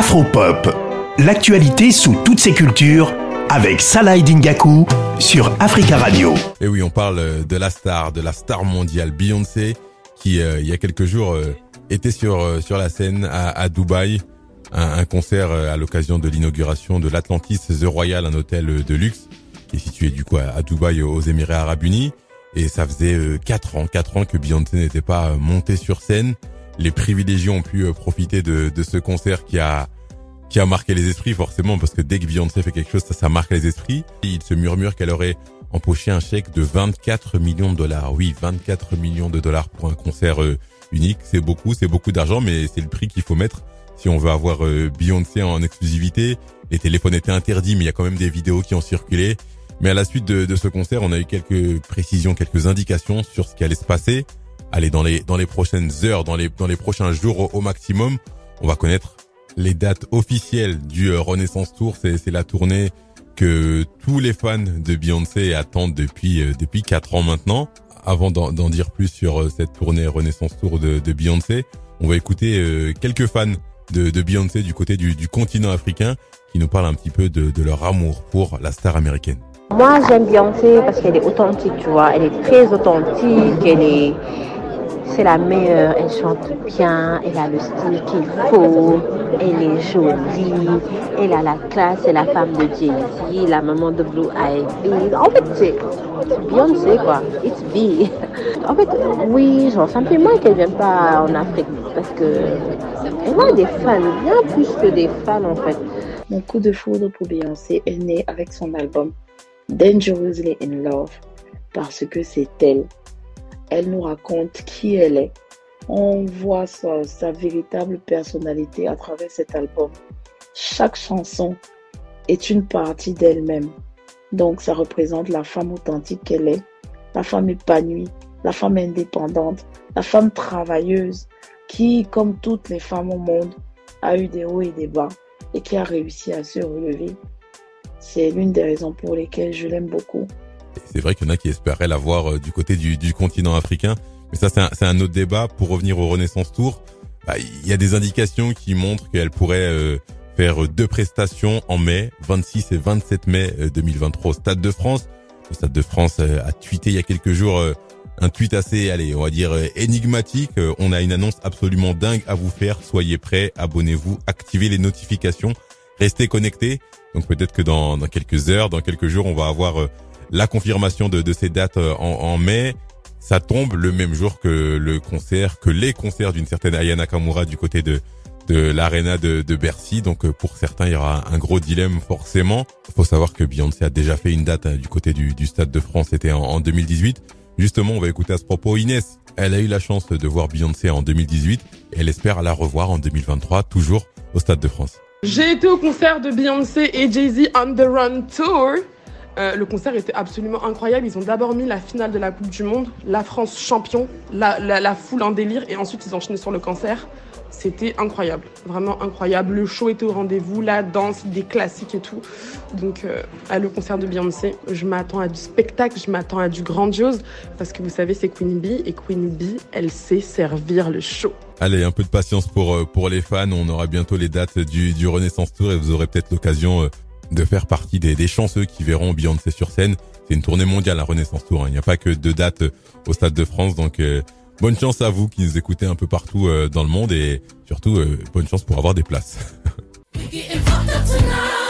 Afropop, l'actualité sous toutes ses cultures avec Salah Dingaku sur Africa Radio. Et oui, on parle de la star mondiale Beyoncé qui il y a quelques jours était sur la scène à Dubaï, un concert à l'occasion de l'inauguration de l'Atlantis The Royal, un hôtel de luxe qui est situé du coup à Dubaï aux Émirats Arabes Unis. Et ça faisait 4 ans que Beyoncé n'était pas montée sur scène. Les privilégiés ont pu profiter de ce concert qui a marqué les esprits forcément, parce que dès que Beyoncé fait quelque chose, ça marque les esprits. Et il se murmure qu'elle aurait empoché un chèque de 24 millions de dollars. Oui, 24 millions de dollars pour un concert unique. C'est beaucoup d'argent, mais c'est le prix qu'il faut mettre si on veut avoir Beyoncé en exclusivité. Les téléphones étaient interdits, mais il y a quand même des vidéos qui ont circulé. Mais à la suite de ce concert, on a eu quelques précisions, quelques indications sur ce qui allait se passer. Allez, dans les prochaines heures, dans les prochains jours au maximum, on va connaître les dates officielles du Renaissance Tour. C'est la tournée que tous les fans de Beyoncé attendent depuis 4 ans maintenant. Avant d'en dire plus sur cette tournée Renaissance Tour de Beyoncé, on va écouter quelques fans de Beyoncé du côté du continent africain qui nous parlent un petit peu de leur amour pour la star américaine. Moi, j'aime Beyoncé parce qu'elle est authentique, tu vois. Elle est très authentique, c'est la meilleure, elle chante bien, elle a le style qu'il faut, elle est jolie, elle a la classe, c'est la femme de Jay-Z, la maman de Blue Ivy. En fait, c'est Beyoncé, quoi. It's B. En fait, oui, genre, ça me fait mal qu'elle ne vienne pas en Afrique parce que elle a des fans, bien plus que des fans, en fait. Mon coup de foudre pour Beyoncé est né avec son album Dangerously in Love parce que c'est elle. Elle nous raconte qui elle est. On voit sa véritable personnalité à travers cet album. Chaque chanson est une partie d'elle-même. Donc ça représente la femme authentique qu'elle est, la femme épanouie, la femme indépendante, la femme travailleuse qui, comme toutes les femmes au monde, a eu des hauts et des bas et qui a réussi à se relever. C'est l'une des raisons pour lesquelles je l'aime beaucoup. C'est vrai qu'il y en a qui espéraient la voir du côté du continent africain. Mais ça, c'est un autre débat. Pour revenir au Renaissance Tour, il y a des indications qui montrent qu'elle pourrait faire 2 prestations en mai, 26 et 27 mai 2023 au Stade de France. Le Stade de France a tweeté il y a quelques jours un tweet assez, on va dire, énigmatique. On a une annonce absolument dingue à vous faire. Soyez prêts, abonnez-vous, activez les notifications, restez connectés. Donc peut-être que dans quelques heures, dans quelques jours, on va avoir la confirmation de ces dates en mai. Ça tombe le même jour que les concerts d'une certaine Aya Nakamura du côté de l'Arena de Bercy. Donc pour certains, il y aura un gros dilemme forcément. Il faut savoir que Beyoncé a déjà fait une date du côté du Stade de France, c'était en 2018. Justement, on va écouter à ce propos Inès. Elle a eu la chance de voir Beyoncé en 2018 et elle espère la revoir en 2023, toujours au Stade de France. J'ai été au concert de Beyoncé et Jay-Z on the Run Tour. Le concert était absolument incroyable. Ils ont d'abord mis la finale de la Coupe du Monde, la France champion, la foule en délire, et ensuite ils enchaînaient sur le concert. C'était incroyable, vraiment incroyable. Le show était au rendez-vous, la danse, des classiques et tout. Donc le concert de Beyoncé, je m'attends à du spectacle, je m'attends à du grandiose, parce que vous savez, c'est Queen Bee, et Queen Bee, elle sait servir le show. Allez, un peu de patience pour les fans. On aura bientôt les dates du Renaissance Tour et vous aurez peut-être l'occasion de faire partie des chanceux qui verront Beyoncé sur scène. C'est une tournée mondiale, la Renaissance Tour. Il n'y a pas que 2 dates au Stade de France. Donc, bonne chance à vous qui nous écoutez un peu partout dans le monde et surtout, bonne chance pour avoir des places.